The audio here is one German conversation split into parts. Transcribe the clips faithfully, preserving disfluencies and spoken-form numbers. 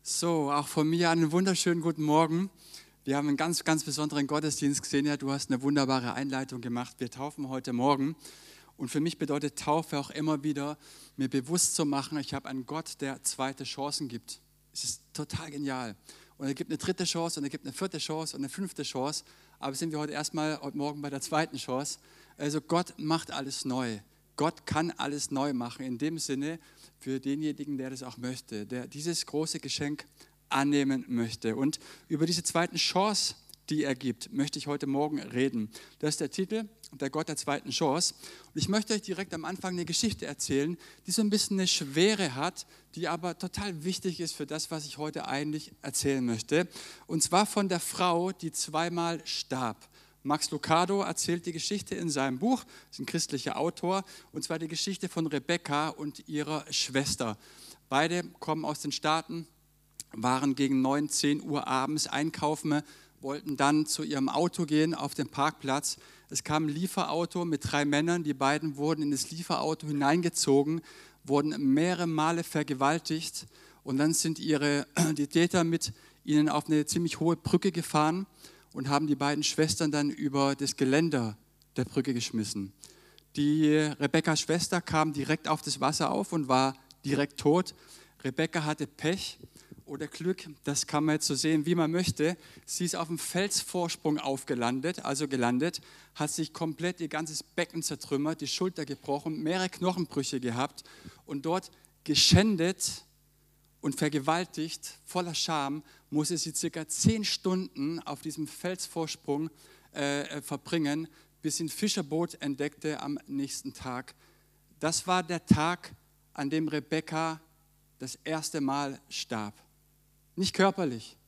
So, auch von mir einen wunderschönen guten Morgen. Wir haben einen ganz, ganz besonderen Gottesdienst gesehen. Ja, du hast eine wunderbare Einleitung gemacht. Wir taufen heute Morgen. Und für mich bedeutet Taufe auch immer wieder, mir bewusst zu machen, ich habe einen Gott, der zweite Chancen gibt. Es ist total genial. Und er gibt eine dritte Chance und er gibt eine vierte Chance und eine fünfte Chance. Aber sind wir heute erstmal, heute Morgen bei der zweiten Chance. Also Gott macht alles neu. Gott kann alles neu machen, in dem Sinne für denjenigen, der das auch möchte, der dieses große Geschenk annehmen möchte. Und über diese zweite Chance, die er gibt, möchte ich heute Morgen reden. Das ist der Titel, der Gott der zweiten Chance. Und ich möchte euch direkt am Anfang eine Geschichte erzählen, die so ein bisschen eine Schwere hat, die aber total wichtig ist für das, was ich heute eigentlich erzählen möchte. Und zwar von der Frau, die zweimal starb. Max Lucado erzählt die Geschichte in seinem Buch, ist ein christlicher Autor, und zwar die Geschichte von Rebekka und ihrer Schwester. Beide kommen aus den Staaten, waren gegen neun, zehn Uhr abends einkaufen, wollten dann zu ihrem Auto gehen auf den Parkplatz. Es kam ein Lieferauto mit drei Männern, die beiden wurden in das Lieferauto hineingezogen, wurden mehrere Male vergewaltigt und dann sind ihre, die Täter mit ihnen auf eine ziemlich hohe Brücke gefahren und haben die beiden Schwestern dann über das Geländer der Brücke geschmissen. Die Rebekkas Schwester kam direkt auf das Wasser auf und war direkt tot. Rebekka hatte Pech oder Glück, das kann man jetzt so sehen, wie man möchte. Sie ist auf dem Felsvorsprung aufgelandet, also gelandet, hat sich komplett ihr ganzes Becken zertrümmert, die Schulter gebrochen, mehrere Knochenbrüche gehabt und dort geschändet und vergewaltigt, voller Scham, musste sie circa zehn Stunden auf diesem Felsvorsprung äh, verbringen, bis sie ein Fischerboot entdeckte am nächsten Tag. Das war der Tag, an dem Rebekka das erste Mal starb. Nicht körperlich,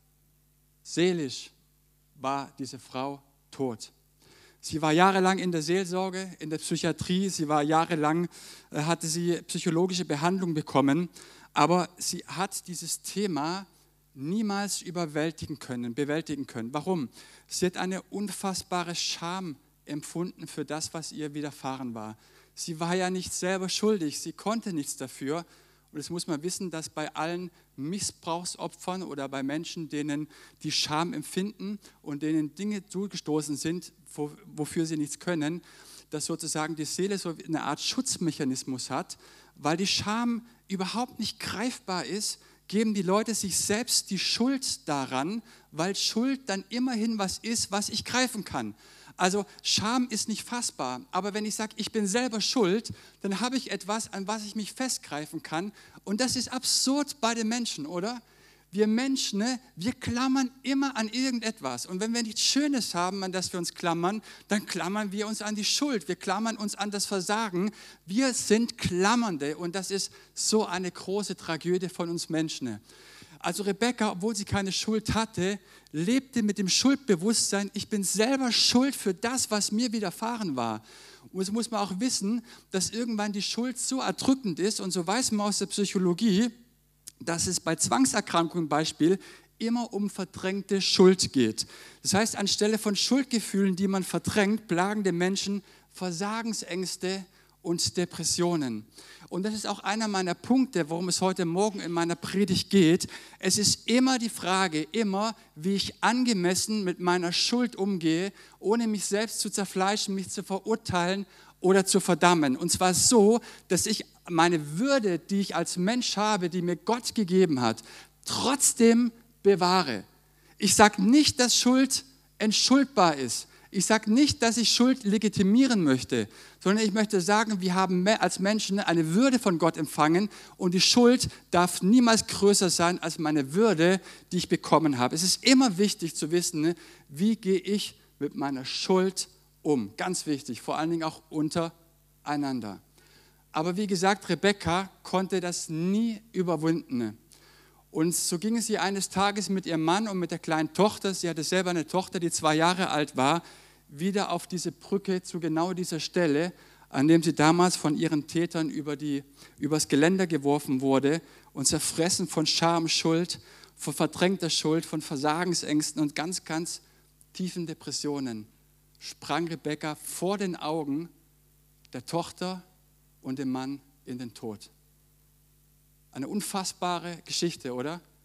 seelisch war diese Frau tot. Sie war jahrelang in der Seelsorge, in der Psychiatrie, sie war jahrelang, äh, hatte sie psychologische Behandlung bekommen, aber sie hat dieses Thema niemals überwältigen können, bewältigen können. Warum? Sie hat eine unfassbare Scham empfunden für das, was ihr widerfahren war. Sie war ja nicht selber schuldig, sie konnte nichts dafür. Und das muss man wissen, dass bei allen Missbrauchsopfern oder bei Menschen, denen die Scham empfinden und denen Dinge zugestoßen sind, wofür sie nichts können, dass sozusagen die Seele so eine Art Schutzmechanismus hat, weil die Scham überhaupt nicht greifbar ist, geben die Leute sich selbst die Schuld daran, weil Schuld dann immerhin was ist, was ich greifen kann. Also Scham ist nicht fassbar, aber wenn ich sage, ich bin selber schuld, dann habe ich etwas, an was ich mich festgreifen kann und das ist absurd bei den Menschen, oder? Wir Menschen, ne, wir klammern immer an irgendetwas und wenn wir nichts Schönes haben, an das wir uns klammern, dann klammern wir uns an die Schuld, wir klammern uns an das Versagen. Wir sind Klammernde und das ist so eine große Tragödie von uns Menschen. Also Rebekka, obwohl sie keine Schuld hatte, lebte mit dem Schuldbewusstsein, ich bin selber schuld für das, was mir widerfahren war. Und das muss man auch wissen, dass irgendwann die Schuld so erdrückend ist und so weiß man aus der Psychologie, dass es bei Zwangserkrankungen Beispiel immer um verdrängte Schuld geht. Das heißt, anstelle von Schuldgefühlen, die man verdrängt, plagen den Menschen Versagensängste und Depressionen. Und das ist auch einer meiner Punkte, worum es heute Morgen in meiner Predigt geht. Es ist immer die Frage, immer, wie ich angemessen mit meiner Schuld umgehe, ohne mich selbst zu zerfleischen, mich zu verurteilen oder zu verdammen. Und zwar so, dass ich meine Würde, die ich als Mensch habe, die mir Gott gegeben hat, trotzdem bewahre. Ich sage nicht, dass Schuld entschuldbar ist. Ich sage nicht, dass ich Schuld legitimieren möchte, sondern ich möchte sagen, wir haben als Menschen eine Würde von Gott empfangen und die Schuld darf niemals größer sein als meine Würde, die ich bekommen habe. Es ist immer wichtig zu wissen, wie gehe ich mit meiner Schuld um. Ganz wichtig, vor allen Dingen auch untereinander. Aber wie gesagt, Rebekka konnte das nie überwinden. Und so ging sie eines Tages mit ihrem Mann und mit der kleinen Tochter, sie hatte selber eine Tochter, die zwei Jahre alt war, wieder auf diese Brücke zu genau dieser Stelle, an dem sie damals von ihren Tätern über die, übers Geländer geworfen wurde und zerfressen von Scham, Schuld, von verdrängter Schuld, von Versagensängsten und ganz, ganz tiefen Depressionen, sprang Rebekka vor den Augen der Tochter und dem Mann in den Tod. Eine unfassbare Geschichte, oder?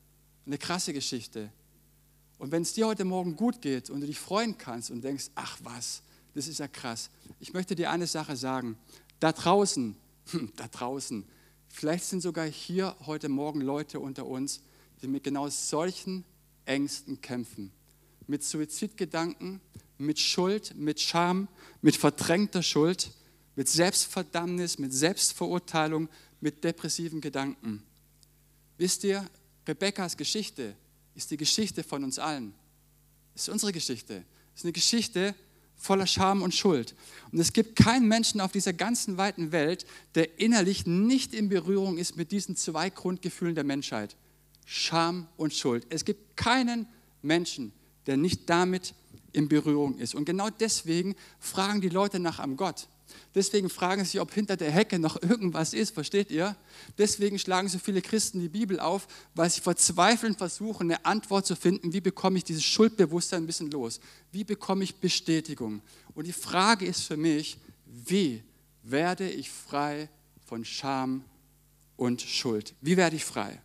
Eine krasse Geschichte. Und wenn es dir heute Morgen gut geht und du dich freuen kannst und denkst, ach was, das ist ja krass. Ich möchte dir eine Sache sagen. Da draußen, da draußen, vielleicht sind sogar hier heute Morgen Leute unter uns, die mit genau solchen Ängsten kämpfen. Mit Suizidgedanken, mit Schuld, mit Scham, mit verdrängter Schuld, mit Selbstverdammnis, mit Selbstverurteilung, mit depressiven Gedanken. Wisst ihr, Rebekkas Geschichte ist die Geschichte von uns allen. Das ist unsere Geschichte. Das ist eine Geschichte voller Scham und Schuld. Und es gibt keinen Menschen auf dieser ganzen weiten Welt, der innerlich nicht in Berührung ist mit diesen zwei Grundgefühlen der Menschheit. Scham und Schuld. Es gibt keinen Menschen, der nicht damit in Berührung ist. Und genau deswegen fragen die Leute nach einem Gott. Deswegen fragen sie, ob hinter der Hecke noch irgendwas ist, versteht ihr? Deswegen schlagen so viele Christen die Bibel auf, weil sie verzweifelnd versuchen, eine Antwort zu finden, wie bekomme ich dieses Schuldbewusstsein ein bisschen los? Wie bekomme ich Bestätigung? Und die Frage ist für mich, wie werde ich frei von Scham und Schuld? Wie werde ich frei?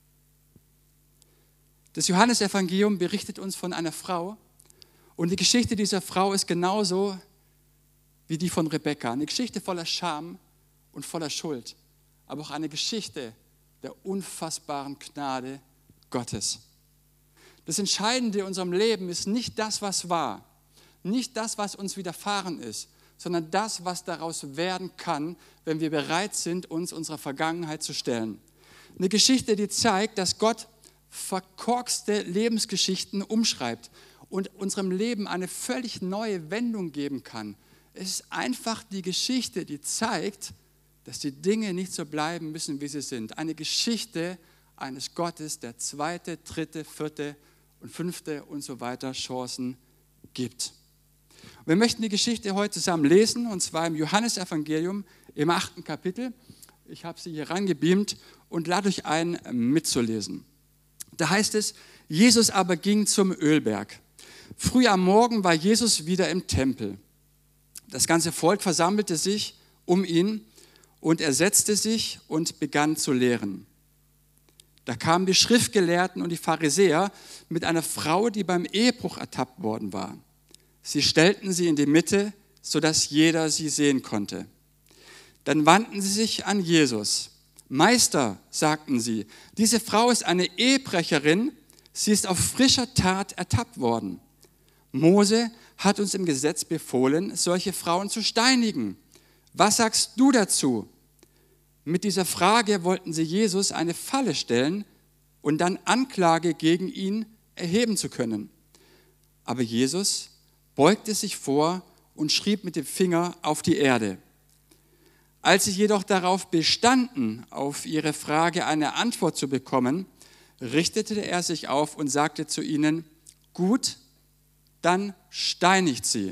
Das Johannesevangelium berichtet uns von einer Frau und die Geschichte dieser Frau ist genauso wie die von Rebekka. Eine Geschichte voller Scham und voller Schuld, aber auch eine Geschichte der unfassbaren Gnade Gottes. Das Entscheidende in unserem Leben ist nicht das, was war, nicht das, was uns widerfahren ist, sondern das, was daraus werden kann, wenn wir bereit sind, uns unserer Vergangenheit zu stellen. Eine Geschichte, die zeigt, dass Gott verkorkste Lebensgeschichten umschreibt und unserem Leben eine völlig neue Wendung geben kann. Es ist einfach die Geschichte, die zeigt, dass die Dinge nicht so bleiben müssen, wie sie sind. Eine Geschichte eines Gottes, der zweite, dritte, vierte und fünfte und so weiter Chancen gibt. Wir möchten die Geschichte heute zusammen lesen, und zwar im Johannesevangelium im achten Kapitel. Ich habe sie hier rangebeamt und lade euch ein, mitzulesen. Da heißt es, Jesus aber ging zum Ölberg. Früh am Morgen war Jesus wieder im Tempel. Das ganze Volk versammelte sich um ihn und er setzte sich und begann zu lehren. Da kamen die Schriftgelehrten und die Pharisäer mit einer Frau, die beim Ehebruch ertappt worden war. Sie stellten sie in die Mitte, sodass jeder sie sehen konnte. Dann wandten sie sich an Jesus. Meister, sagten sie, diese Frau ist eine Ehebrecherin, sie ist auf frischer Tat ertappt worden. Mose hat uns im Gesetz befohlen, solche Frauen zu steinigen. Was sagst du dazu? Mit dieser Frage wollten sie Jesus eine Falle stellen und dann Anklage gegen ihn erheben zu können. Aber Jesus beugte sich vor und schrieb mit dem Finger auf die Erde. Als sie jedoch darauf bestanden, auf ihre Frage eine Antwort zu bekommen, richtete er sich auf und sagte zu ihnen, gut, dann steinigt sie.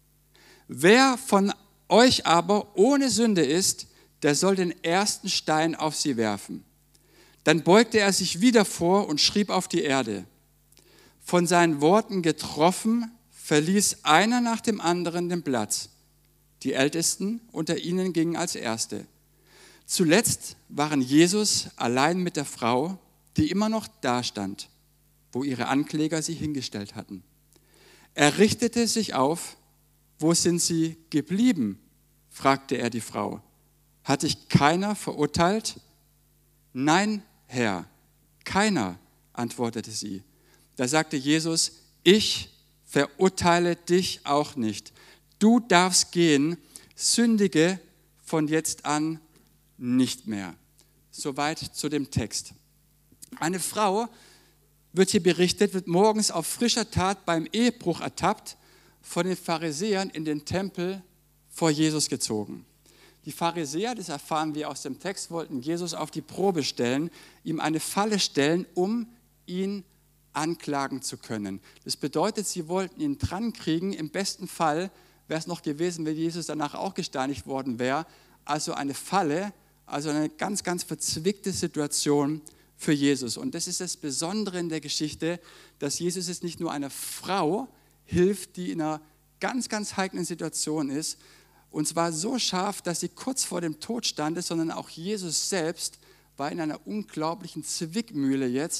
Wer von euch aber ohne Sünde ist, der soll den ersten Stein auf sie werfen. Dann beugte er sich wieder vor und schrieb auf die Erde. Von seinen Worten getroffen, verließ einer nach dem anderen den Platz. Die Ältesten unter ihnen gingen als Erste. Zuletzt waren Jesus allein mit der Frau, die immer noch dastand, wo ihre Ankläger sie hingestellt hatten. Er richtete sich auf. Wo sind sie geblieben? Fragte er die Frau. Hat dich keiner verurteilt? Nein, Herr, keiner, antwortete sie. Da sagte Jesus, ich verurteile dich auch nicht. Du darfst gehen, sündige von jetzt an nicht mehr. Soweit zu dem Text. Eine Frau, wird hier berichtet, wird morgens auf frischer Tat beim Ehebruch ertappt, von den Pharisäern in den Tempel vor Jesus gezogen. Die Pharisäer, das erfahren wir aus dem Text, wollten Jesus auf die Probe stellen, ihm eine Falle stellen, um ihn anklagen zu können. Das bedeutet, sie wollten ihn drankriegen. Im besten Fall wäre es noch gewesen, wenn Jesus danach auch gesteinigt worden wäre. Also eine Falle, also eine ganz, ganz verzwickte Situation für Jesus. Und das ist das Besondere in der Geschichte, dass Jesus jetzt nicht nur einer Frau hilft, die in einer ganz, ganz heiklen Situation ist, und zwar so scharf, dass sie kurz vor dem Tod stand, sondern auch Jesus selbst war in einer unglaublichen Zwickmühle jetzt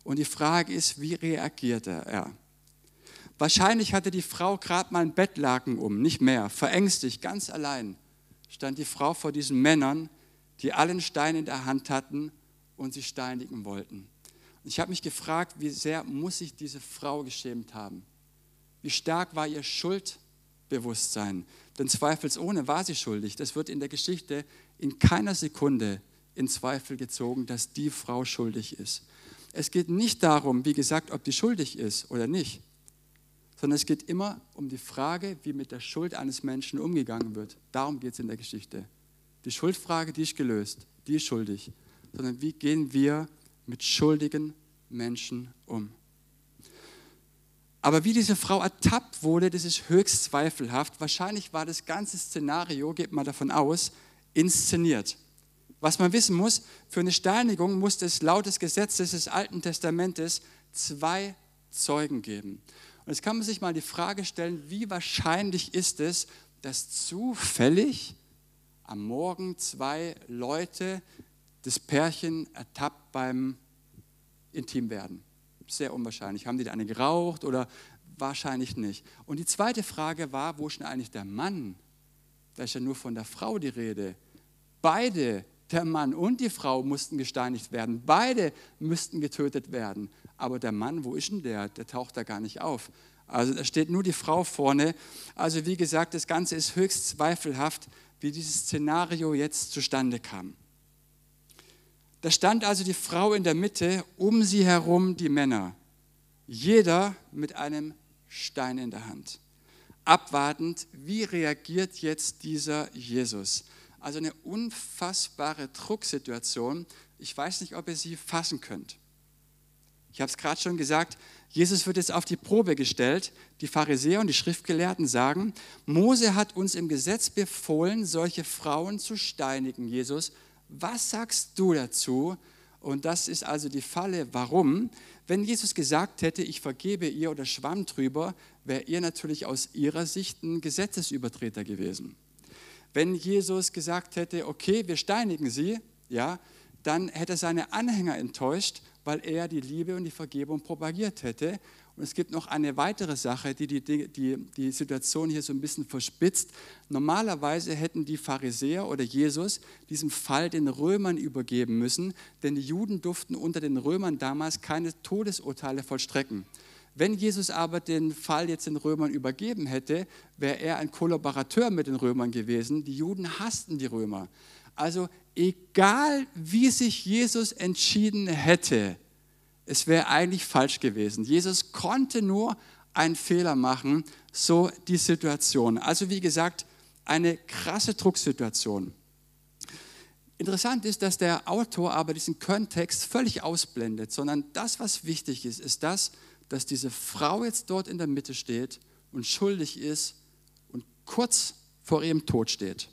Und die Frage ist, wie reagierte er? Wahrscheinlich hatte die Frau gerade mal ein Bettlaken um, nicht mehr, verängstigt, ganz allein stand die Frau vor diesen Männern, die allen Stein in der Hand hatten und sie steinigen wollten. Ich habe mich gefragt, wie sehr muss sich diese Frau geschämt haben? Wie stark war ihr Schuldbewusstsein? Denn zweifelsohne war sie schuldig. Das wird in der Geschichte in keiner Sekunde in Zweifel gezogen, dass die Frau schuldig ist. Es geht nicht darum, wie gesagt, ob die schuldig ist oder nicht, sondern es geht immer um die Frage, wie mit der Schuld eines Menschen umgegangen wird. Darum geht es in der Geschichte. Die Schuldfrage, die ist gelöst, die ist schuldig. Sondern wie gehen wir mit schuldigen Menschen um? Aber wie diese Frau ertappt wurde, das ist höchst zweifelhaft. Wahrscheinlich war das ganze Szenario, geht man davon aus, inszeniert. Was man wissen muss, für eine Steinigung muss es laut des Gesetzes des Alten Testamentes zwei Zeugen geben. Und jetzt kann man sich mal die Frage stellen, wie wahrscheinlich ist es, dass zufällig am Morgen zwei Leute das Pärchen ertappt beim Intimwerden? Sehr unwahrscheinlich. Haben die da eine geraucht oder wahrscheinlich nicht? Und die zweite Frage war, wo ist denn eigentlich der Mann? Da ist ja nur von der Frau die Rede. Beide, der Mann und die Frau, mussten gesteinigt werden. Beide müssten getötet werden. Aber der Mann, wo ist denn der? Der taucht da gar nicht auf. Also da steht nur die Frau vorne. Also wie gesagt, das Ganze ist höchst zweifelhaft, wie dieses Szenario jetzt zustande kam. Da stand also die Frau in der Mitte, um sie herum die Männer. Jeder mit einem Stein in der Hand. Abwartend, wie reagiert jetzt dieser Jesus? Also eine unfassbare Drucksituation. Ich weiß nicht, ob ihr sie fassen könnt. Ich habe es gerade schon gesagt, Jesus wird jetzt auf die Probe gestellt. Die Pharisäer und die Schriftgelehrten sagen, Mose hat uns im Gesetz befohlen, solche Frauen zu steinigen. Jesus, was sagst du dazu? Und das ist also die Falle. Warum? Wenn Jesus gesagt hätte, ich vergebe ihr oder schwamm drüber, wäre er natürlich aus ihrer Sicht ein Gesetzesübertreter gewesen. Wenn Jesus gesagt hätte, okay, wir steinigen sie, ja, dann hätte er seine Anhänger enttäuscht, weil er die Liebe und die Vergebung propagiert hätte. Und es gibt noch eine weitere Sache, die die, die die Situation hier so ein bisschen verspitzt. Normalerweise hätten die Pharisäer oder Jesus diesen Fall den Römern übergeben müssen, denn die Juden durften unter den Römern damals keine Todesurteile vollstrecken. Wenn Jesus aber den Fall jetzt den Römern übergeben hätte, wäre er ein Kollaborateur mit den Römern gewesen. Die Juden hassten die Römer. Also egal, wie sich Jesus entschieden hätte, es wäre eigentlich falsch gewesen. Jesus konnte nur einen Fehler machen, so die Situation. Also wie gesagt, eine krasse Drucksituation. Interessant ist, dass der Autor aber diesen Kontext völlig ausblendet, sondern das, was wichtig ist, ist das, dass diese Frau jetzt dort in der Mitte steht und schuldig ist und kurz vor ihrem Tod steht.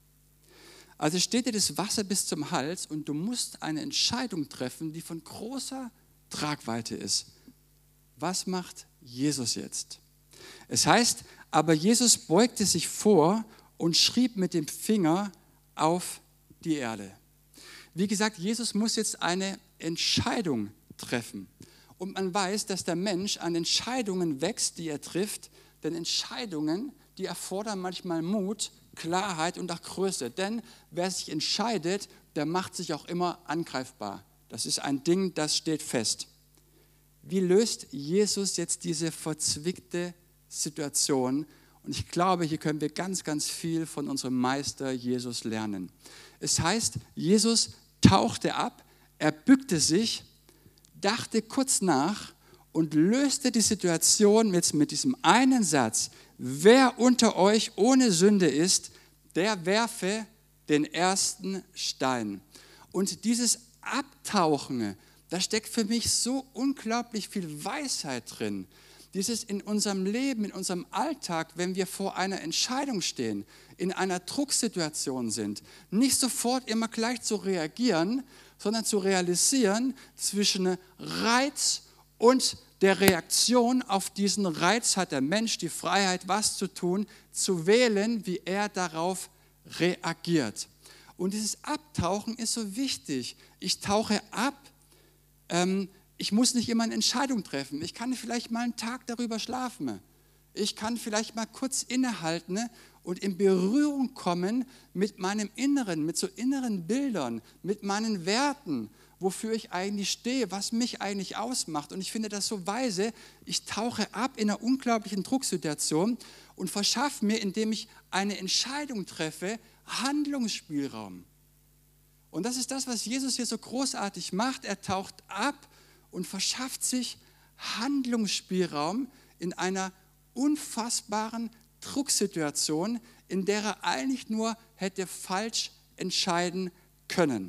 Also steht dir das Wasser bis zum Hals und du musst eine Entscheidung treffen, die von großer Tragweite ist. Was macht Jesus jetzt? Es heißt, aber Jesus beugte sich vor und schrieb mit dem Finger auf die Erde. Wie gesagt, Jesus muss jetzt eine Entscheidung treffen. Und man weiß, dass der Mensch an Entscheidungen wächst, die er trifft, denn Entscheidungen, die erfordern manchmal Mut, Klarheit und auch Größe. Denn wer sich entscheidet, der macht sich auch immer angreifbar. Das ist ein Ding, das steht fest. Wie löst Jesus jetzt diese verzwickte Situation? Und ich glaube, hier können wir ganz, ganz viel von unserem Meister Jesus lernen. Es heißt, Jesus tauchte ab, er bückte sich, dachte kurz nach und löste die Situation jetzt mit diesem einen Satz: Wer unter euch ohne Sünde ist, der werfe den ersten Stein. Und dieses Abtauchen, da steckt für mich so unglaublich viel Weisheit drin. Dieses in unserem Leben, in unserem Alltag, wenn wir vor einer Entscheidung stehen, in einer Drucksituation sind, nicht sofort immer gleich zu reagieren, sondern zu realisieren zwischen Reiz und der Reaktion auf diesen Reiz hat der Mensch die Freiheit, was zu tun, zu wählen, wie er darauf reagiert. Und dieses Abtauchen ist so wichtig. Ich tauche ab, ähm, ich muss nicht immer eine Entscheidung treffen. Ich kann vielleicht mal einen Tag darüber schlafen. Ich kann vielleicht mal kurz innehalten und in Berührung kommen mit meinem Inneren, mit so inneren Bildern, mit meinen Werten, wofür ich eigentlich stehe, was mich eigentlich ausmacht. Und ich finde das so weise, ich tauche ab in einer unglaublichen Drucksituation und verschaffe mir, indem ich eine Entscheidung treffe, Handlungsspielraum. Und das ist das, was Jesus hier so großartig macht. Er taucht ab und verschafft sich Handlungsspielraum in einer unfassbaren Drucksituation, in der er eigentlich nur hätte falsch entscheiden können.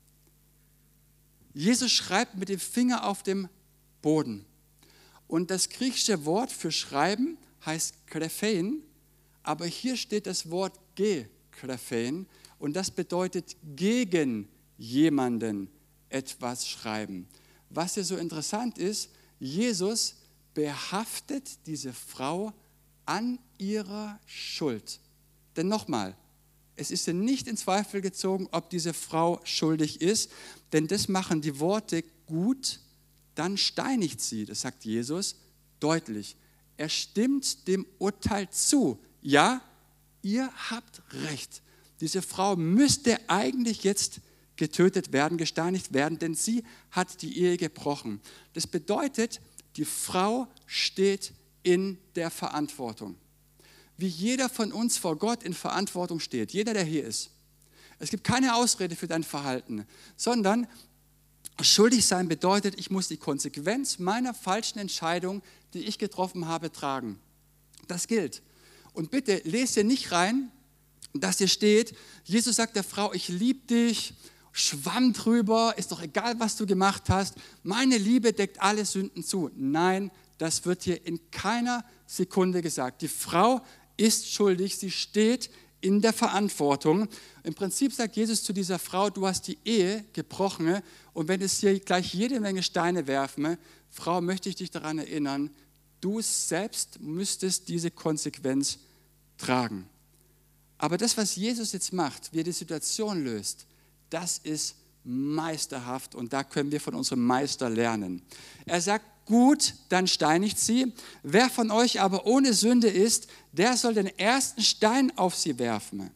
Jesus schreibt mit dem Finger auf dem Boden. Und das griechische Wort für schreiben heißt grephein, aber hier steht das Wort gegrephein und das bedeutet gegen jemanden etwas schreiben. Was hier so interessant ist, Jesus behaftet diese Frau an ihrer Schuld. Denn nochmal, es ist ja nicht in Zweifel gezogen, ob diese Frau schuldig ist, denn das machen die Worte gut, dann steinigt sie. Das sagt Jesus deutlich. Er stimmt dem Urteil zu. Ja, ihr habt recht. Diese Frau müsste eigentlich jetzt getötet werden, gesteinigt werden, denn sie hat die Ehe gebrochen. Das bedeutet, die Frau steht in der Verantwortung. Wie jeder von uns vor Gott in Verantwortung steht, jeder, der hier ist. Es gibt keine Ausrede für dein Verhalten, sondern schuldig sein bedeutet, ich muss die Konsequenz meiner falschen Entscheidung, die ich getroffen habe, tragen. Das gilt. Und bitte lest hier nicht rein, dass hier steht, Jesus sagt der Frau, ich liebe dich, schwamm drüber, ist doch egal, was du gemacht hast, meine Liebe deckt alle Sünden zu. Nein, das wird hier in keiner Sekunde gesagt. Die Frau ist schuldig, sie steht in der Verantwortung. Im Prinzip sagt Jesus zu dieser Frau, du hast die Ehe gebrochen und wenn es hier gleich jede Menge Steine werfen, Frau, möchte ich dich daran erinnern, du selbst müsstest diese Konsequenz tragen. Aber das, was Jesus jetzt macht, wie er die Situation löst, das ist meisterhaft und da können wir von unserem Meister lernen. Er sagt, gut, dann steinigt sie. Wer von euch aber ohne Sünde ist, der soll den ersten Stein auf sie werfen.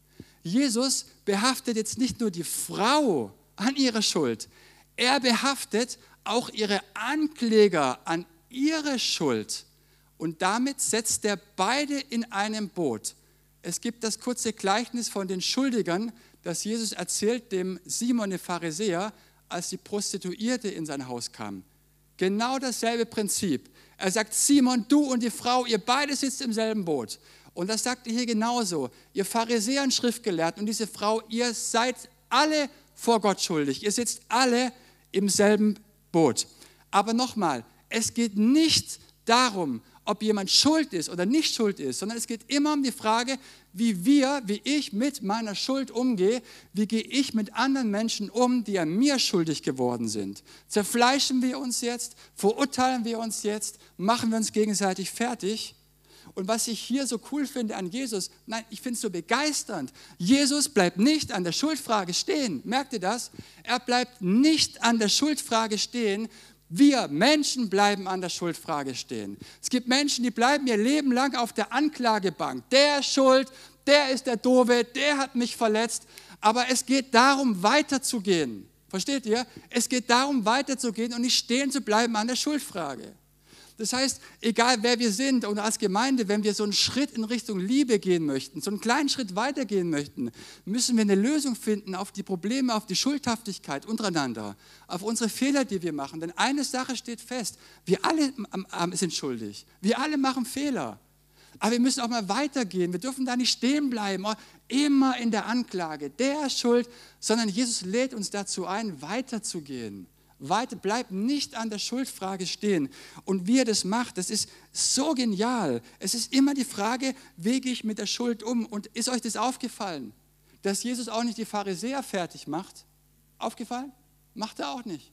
Jesus behaftet jetzt nicht nur die Frau an ihre Schuld, er behaftet auch ihre Ankläger an ihre Schuld. Und damit setzt er beide in einem Boot. Es gibt das kurze Gleichnis von den Schuldigern, das Jesus erzählt dem Simon, dem Pharisäer, als die Prostituierte in sein Haus kam. Genau dasselbe Prinzip. Er sagt, Simon, du und die Frau, ihr beide sitzt im selben Boot. Und das sagt er hier genauso. Ihr Pharisäer und Schriftgelehrten und diese Frau, ihr seid alle vor Gott schuldig. Ihr sitzt alle im selben Boot. Aber nochmal, es geht nicht darum, ob jemand schuld ist oder nicht schuld ist, sondern es geht immer um die Frage, wie wir, wie ich mit meiner Schuld umgehe, wie gehe ich mit anderen Menschen um, die an mir schuldig geworden sind. Zerfleischen wir uns jetzt, verurteilen wir uns jetzt, machen wir uns gegenseitig fertig? Und was ich hier so cool finde an Jesus, nein, ich finde es so begeisternd, Jesus bleibt nicht an der Schuldfrage stehen. Merkt ihr das? Er bleibt nicht an der Schuldfrage stehen. Wir Menschen bleiben an der Schuldfrage stehen. Es gibt Menschen, die bleiben ihr Leben lang auf der Anklagebank. Der ist schuld, der ist der Doofe, der hat mich verletzt. Aber es geht darum, weiterzugehen. Versteht ihr? Es geht darum, weiterzugehen und nicht stehen zu bleiben an der Schuldfrage. Das heißt, egal wer wir sind und als Gemeinde, wenn wir so einen Schritt in Richtung Liebe gehen möchten, so einen kleinen Schritt weitergehen möchten, müssen wir eine Lösung finden auf die Probleme, auf die Schuldhaftigkeit untereinander, auf unsere Fehler, die wir machen. Denn eine Sache steht fest, wir alle sind schuldig, wir alle machen Fehler. Aber wir müssen auch mal weitergehen, wir dürfen da nicht stehen bleiben, immer in der Anklage, der ist schuld, sondern Jesus lädt uns dazu ein, weiterzugehen. Weiter, bleibt nicht an der Schuldfrage stehen. Und wie er das macht, das ist so genial. Es ist immer die Frage, wie gehe ich mit der Schuld um? Und ist euch das aufgefallen, dass Jesus auch nicht die Pharisäer fertig macht? Aufgefallen? Macht er auch nicht.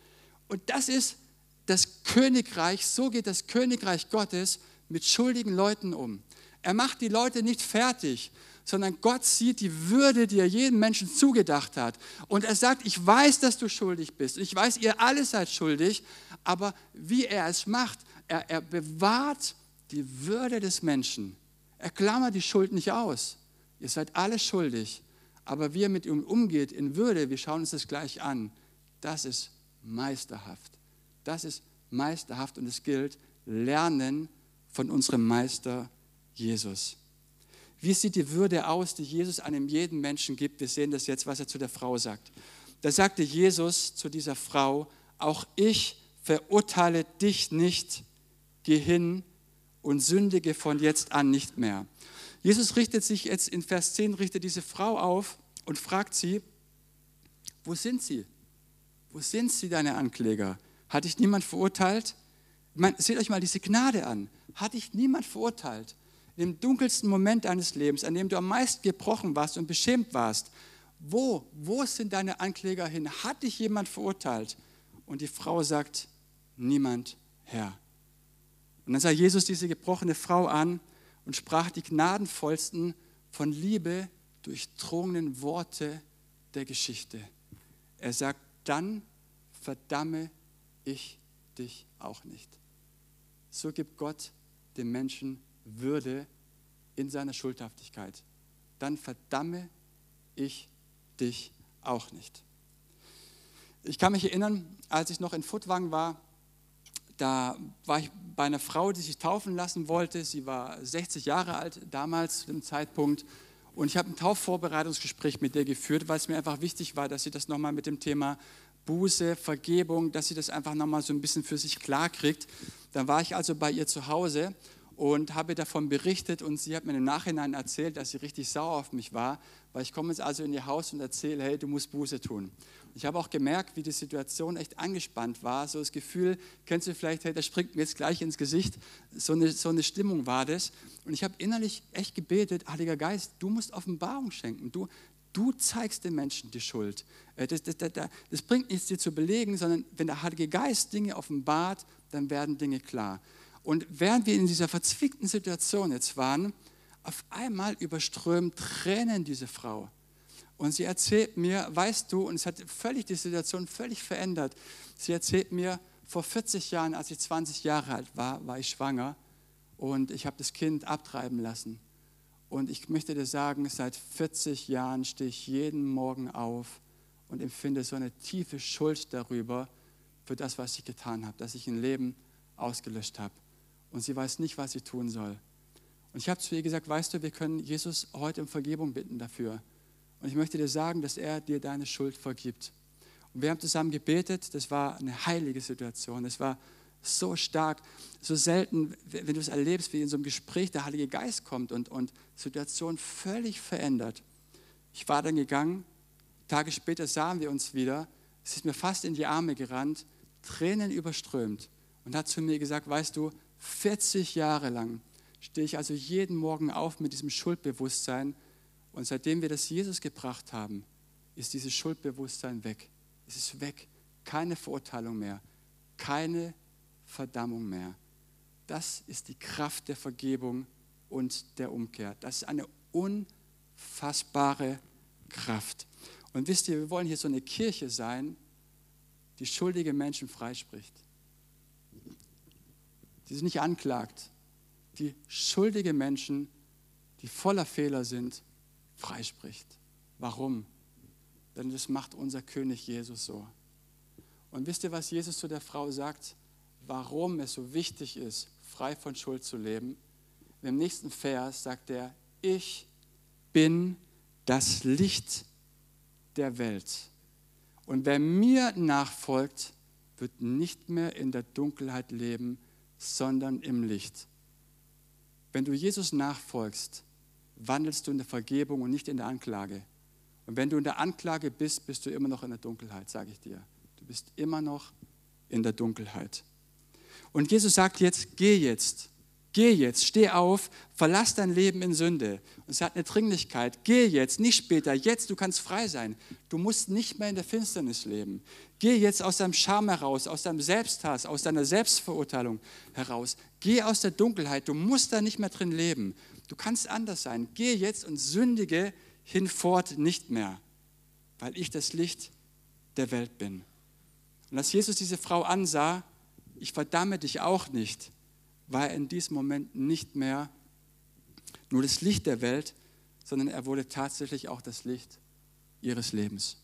Und das ist das Königreich, so geht das Königreich Gottes mit schuldigen Leuten um. Er macht die Leute nicht fertig, sondern Gott sieht die Würde, die er jedem Menschen zugedacht hat. Und er sagt, ich weiß, dass du schuldig bist. Ich weiß, ihr alle seid schuldig, aber wie er es macht, er, er bewahrt die Würde des Menschen. Er klammert die Schuld nicht aus. Ihr seid alle schuldig, aber wie er mit ihm umgeht in Würde, wir schauen uns das gleich an, das ist meisterhaft. Das ist meisterhaft und es gilt, lernen von unserem Meister Jesus. Wie sieht die Würde aus, die Jesus einem jeden Menschen gibt? Wir sehen das jetzt, was er zu der Frau sagt. Da sagte Jesus zu dieser Frau, auch ich verurteile dich nicht, geh hin und sündige von jetzt an nicht mehr. Jesus richtet sich jetzt in Vers zehn, richtet diese Frau auf und fragt sie, wo sind sie? Wo sind sie, deine Ankläger? Hat dich niemand verurteilt? Ich meine, seht euch mal diese Gnade an. Hat dich niemand verurteilt? In dem dunkelsten Moment deines Lebens, an dem du am meisten gebrochen warst und beschämt warst, wo, wo sind deine Ankläger hin? Hat dich jemand verurteilt? Und die Frau sagt, niemand, Herr. Und dann sah Jesus diese gebrochene Frau an und sprach die gnadenvollsten, von Liebe durchdrungenen Worte der Geschichte. Er sagt, dann verdamme ich dich auch nicht. So gibt Gott dem Menschen Würde in seiner Schuldhaftigkeit. Dann verdamme ich dich auch nicht. Ich kann mich erinnern, als ich noch in Furtwangen war, da war ich bei einer Frau, die sich taufen lassen wollte. Sie war sechzig Jahre alt damals zu dem Zeitpunkt. Und ich habe ein Taufvorbereitungsgespräch mit der geführt, weil es mir einfach wichtig war, dass sie das nochmal mit dem Thema Buße, Vergebung, dass sie das einfach nochmal so ein bisschen für sich klar kriegt. Dann war ich also bei ihr zu Hause und habe davon berichtet und sie hat mir im Nachhinein erzählt, dass sie richtig sauer auf mich war, weil ich komme jetzt also in ihr Haus und erzähle, hey, du musst Buße tun. Ich habe auch gemerkt, wie die Situation echt angespannt war, so das Gefühl, kennst du vielleicht, hey, das springt mir jetzt gleich ins Gesicht, so eine, so eine Stimmung war das. Und ich habe innerlich echt gebetet, Heiliger Geist, du musst Offenbarung schenken, du, du zeigst den Menschen die Schuld. Das, das, das, das bringt nichts, dir zu belegen, sondern wenn der Heilige Geist Dinge offenbart, dann werden Dinge klar. Und während wir in dieser verzwickten Situation jetzt waren, auf einmal überströmt Tränen diese Frau. Und sie erzählt mir, weißt du, und es hat völlig die Situation völlig verändert, sie erzählt mir, vor vierzig Jahren, als ich zwanzig Jahre alt war, war ich schwanger und ich habe das Kind abtreiben lassen. Und ich möchte dir sagen, seit vierzig Jahren stehe ich jeden Morgen auf und empfinde so eine tiefe Schuld darüber, für das, was ich getan habe, dass ich ein Leben ausgelöscht habe. Und sie weiß nicht, was sie tun soll. Und ich habe zu ihr gesagt, weißt du, wir können Jesus heute um Vergebung bitten dafür. Und ich möchte dir sagen, dass er dir deine Schuld vergibt. Und wir haben zusammen gebetet, das war eine heilige Situation, das war so stark, so selten, wenn du es erlebst, wie in so einem Gespräch der Heilige Geist kommt und, und Situation völlig verändert. Ich war dann gegangen, Tage später sahen wir uns wieder, es ist mir fast in die Arme gerannt, Tränen überströmt und hat zu mir gesagt, weißt du, vierzig Jahre lang stehe ich also jeden Morgen auf mit diesem Schuldbewusstsein und seitdem wir das Jesus gebracht haben, ist dieses Schuldbewusstsein weg. Es ist weg, keine Verurteilung mehr, keine Verdammung mehr. Das ist die Kraft der Vergebung und der Umkehr. Das ist eine unfassbare Kraft. Und wisst ihr, wir wollen hier so eine Kirche sein, die schuldige Menschen freispricht. Die sich nicht anklagt, die schuldige Menschen, die voller Fehler sind, freispricht. Warum? Denn das macht unser König Jesus so. Und wisst ihr, was Jesus zu der Frau sagt? Warum es so wichtig ist, frei von Schuld zu leben? Im nächsten Vers sagt er, ich bin das Licht der Welt. Und wer mir nachfolgt, wird nicht mehr in der Dunkelheit leben, sondern im Licht. Wenn du Jesus nachfolgst, wandelst du in der Vergebung und nicht in der Anklage. Und wenn du in der Anklage bist, bist du immer noch in der Dunkelheit, sage ich dir. Du bist immer noch in der Dunkelheit. Und Jesus sagt jetzt, geh jetzt, Geh jetzt, steh auf, verlass dein Leben in Sünde. Und es hat eine Dringlichkeit. Geh jetzt, nicht später, jetzt, du kannst frei sein. Du musst nicht mehr in der Finsternis leben. Geh jetzt aus deinem Scham heraus, aus deinem Selbsthass, aus deiner Selbstverurteilung heraus. Geh aus der Dunkelheit, du musst da nicht mehr drin leben. Du kannst anders sein. Geh jetzt und sündige hinfort nicht mehr, weil ich das Licht der Welt bin. Und als Jesus diese Frau ansah, ich verdamme dich auch nicht, war er in diesem Moment nicht mehr nur das Licht der Welt, sondern er wurde tatsächlich auch das Licht ihres Lebens.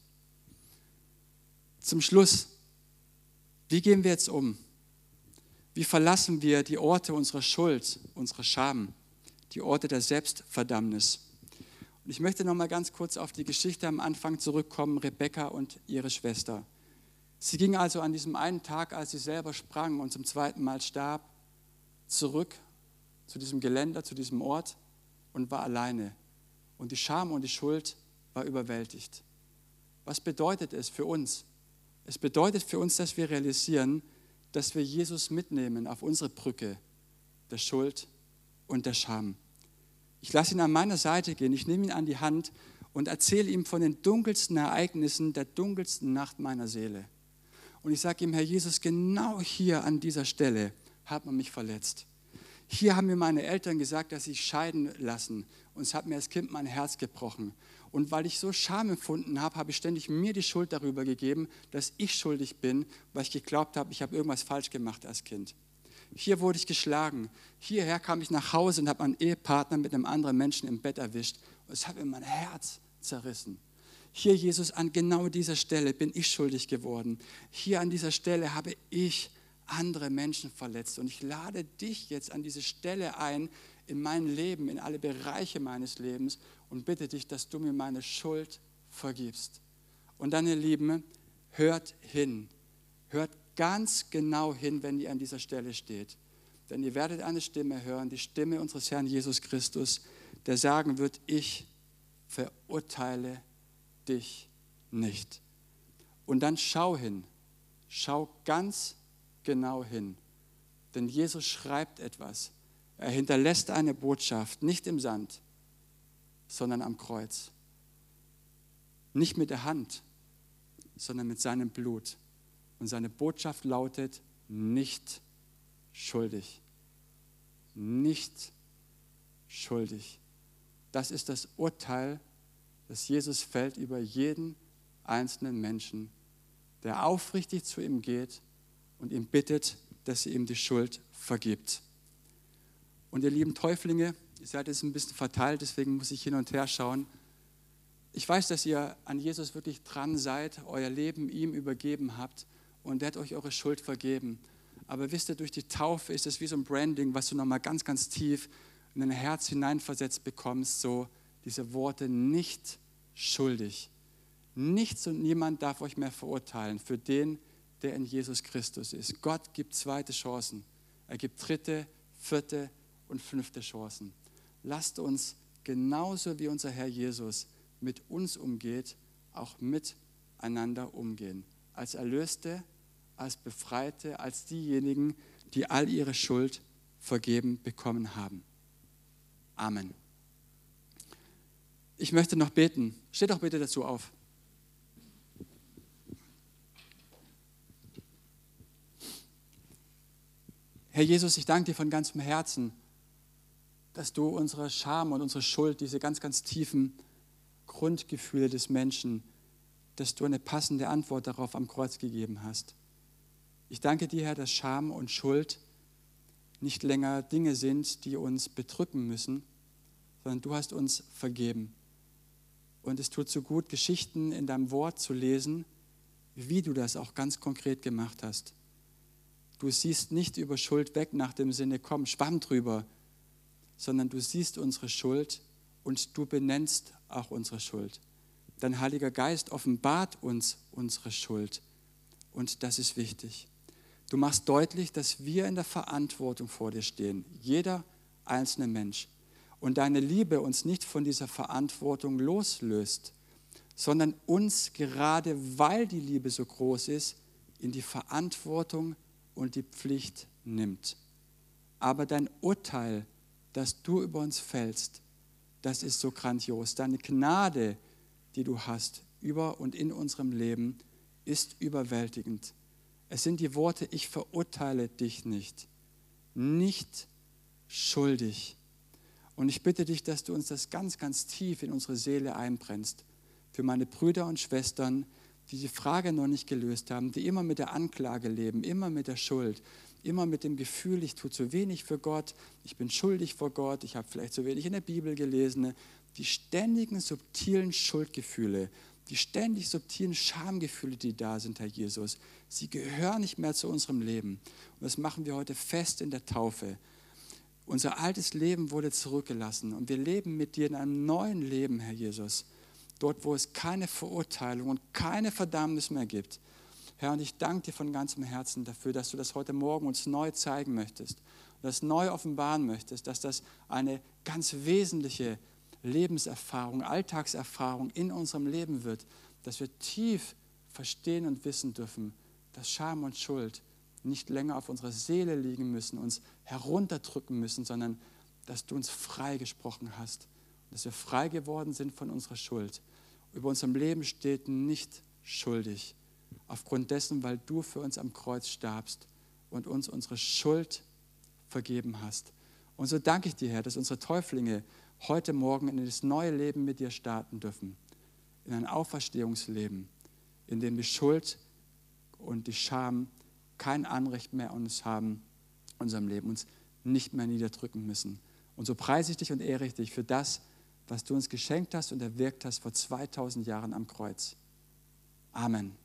Zum Schluss, wie gehen wir jetzt um? Wie verlassen wir die Orte unserer Schuld, unserer Scham, die Orte der Selbstverdammnis? Und ich möchte noch mal ganz kurz auf die Geschichte am Anfang zurückkommen, Rebekka und ihre Schwester. Sie ging also an diesem einen Tag, als sie selber sprang und zum zweiten Mal starb, zurück zu diesem Geländer, zu diesem Ort und war alleine. Und die Scham und die Schuld war überwältigt. Was bedeutet es für uns? Es bedeutet für uns, dass wir realisieren, dass wir Jesus mitnehmen auf unsere Brücke der Schuld und der Scham. Ich lasse ihn an meiner Seite gehen, ich nehme ihn an die Hand und erzähle ihm von den dunkelsten Ereignissen der dunkelsten Nacht meiner Seele. Und ich sage ihm, Herr Jesus, genau hier an dieser Stelle hat man mich verletzt. Hier haben mir meine Eltern gesagt, dass sie scheiden lassen. Und es hat mir als Kind mein Herz gebrochen. Und weil ich so Scham empfunden habe, habe ich ständig mir die Schuld darüber gegeben, dass ich schuldig bin, weil ich geglaubt habe, ich habe irgendwas falsch gemacht als Kind. Hier wurde ich geschlagen. Hierher kam ich nach Hause und habe meinen Ehepartner mit einem anderen Menschen im Bett erwischt. Und es hat mir mein Herz zerrissen. Hier, Jesus, an genau dieser Stelle bin ich schuldig geworden. Hier an dieser Stelle habe ich andere Menschen verletzt. Und ich lade dich jetzt an diese Stelle ein, in mein Leben, in alle Bereiche meines Lebens und bitte dich, dass du mir meine Schuld vergibst. Und dann, ihr Lieben, hört hin. Hört ganz genau hin, wenn ihr an dieser Stelle steht. Denn ihr werdet eine Stimme hören, die Stimme unseres Herrn Jesus Christus, der sagen wird, ich verurteile dich nicht. Und dann schau hin, schau ganz genau hin. Denn Jesus schreibt etwas. Er hinterlässt eine Botschaft, nicht im Sand, sondern am Kreuz. Nicht mit der Hand, sondern mit seinem Blut. Und seine Botschaft lautet, nicht schuldig. Nicht schuldig. Das ist das Urteil, das Jesus fällt über jeden einzelnen Menschen, der aufrichtig zu ihm geht und ihn bittet, dass er ihm die Schuld vergibt. Und ihr lieben Täuflinge, ihr seid jetzt ein bisschen verteilt, deswegen muss ich hin und her schauen. Ich weiß, dass ihr an Jesus wirklich dran seid, euer Leben ihm übergeben habt und er hat euch eure Schuld vergeben. Aber wisst ihr, durch die Taufe ist es wie so ein Branding, was du nochmal ganz, ganz tief in dein Herz hineinversetzt bekommst, so diese Worte, nicht schuldig. Nichts und niemand darf euch mehr verurteilen für den, der in Jesus Christus ist. Gott gibt zweite Chancen. Er gibt dritte, vierte und fünfte Chancen. Lasst uns genauso wie unser Herr Jesus mit uns umgeht, auch miteinander umgehen. Als Erlöste, als Befreite, als diejenigen, die all ihre Schuld vergeben bekommen haben. Amen. Ich möchte noch beten. Steht doch bitte dazu auf. Herr Jesus, ich danke dir von ganzem Herzen, dass du unsere Scham und unsere Schuld, diese ganz, ganz tiefen Grundgefühle des Menschen, dass du eine passende Antwort darauf am Kreuz gegeben hast. Ich danke dir, Herr, dass Scham und Schuld nicht länger Dinge sind, die uns bedrücken müssen, sondern du hast uns vergeben. Und es tut so gut, Geschichten in deinem Wort zu lesen, wie du das auch ganz konkret gemacht hast. Du siehst nicht über Schuld weg nach dem Sinne, komm, schwamm drüber, sondern du siehst unsere Schuld und du benennst auch unsere Schuld. Dein Heiliger Geist offenbart uns unsere Schuld und das ist wichtig. Du machst deutlich, dass wir in der Verantwortung vor dir stehen, jeder einzelne Mensch. Und deine Liebe uns nicht von dieser Verantwortung loslöst, sondern uns gerade, weil die Liebe so groß ist, in die Verantwortung und die Pflicht nimmt. Aber dein Urteil, das du über uns fällst, das ist so grandios. Deine Gnade, die du hast über und in unserem Leben, ist überwältigend. Es sind die Worte, ich verurteile dich nicht, nicht schuldig. Und ich bitte dich, dass du uns das ganz, ganz tief in unsere Seele einbrennst. Für meine Brüder und Schwestern, die die Frage noch nicht gelöst haben, die immer mit der Anklage leben, immer mit der Schuld, immer mit dem Gefühl, ich tue zu wenig für Gott, ich bin schuldig vor Gott, ich habe vielleicht zu wenig in der Bibel gelesen. Die ständigen, subtilen Schuldgefühle, die ständig subtilen Schamgefühle, die da sind, Herr Jesus, sie gehören nicht mehr zu unserem Leben. Und das machen wir heute fest in der Taufe. Unser altes Leben wurde zurückgelassen und wir leben mit dir in einem neuen Leben, Herr Jesus. Dort, wo es keine Verurteilung und keine Verdammnis mehr gibt. Herr, und ich danke dir von ganzem Herzen dafür, dass du das heute Morgen uns neu zeigen möchtest und das neu offenbaren möchtest, dass das eine ganz wesentliche Lebenserfahrung, Alltagserfahrung in unserem Leben wird, dass wir tief verstehen und wissen dürfen, dass Scham und Schuld nicht länger auf unserer Seele liegen müssen, uns herunterdrücken müssen, sondern dass du uns frei gesprochen hast, dass wir frei geworden sind von unserer Schuld. Über unserem Leben steht nicht schuldig, aufgrund dessen, weil du für uns am Kreuz starbst und uns unsere Schuld vergeben hast. Und so danke ich dir, Herr, dass unsere Täuflinge heute Morgen in das neue Leben mit dir starten dürfen, in ein Auferstehungsleben, in dem die Schuld und die Scham kein Anrecht mehr an uns haben, in unserem Leben uns nicht mehr niederdrücken müssen. Und so preise ich dich und ehre ich dich für das, was du uns geschenkt hast und erwirkt hast vor zweitausend Jahren am Kreuz. Amen.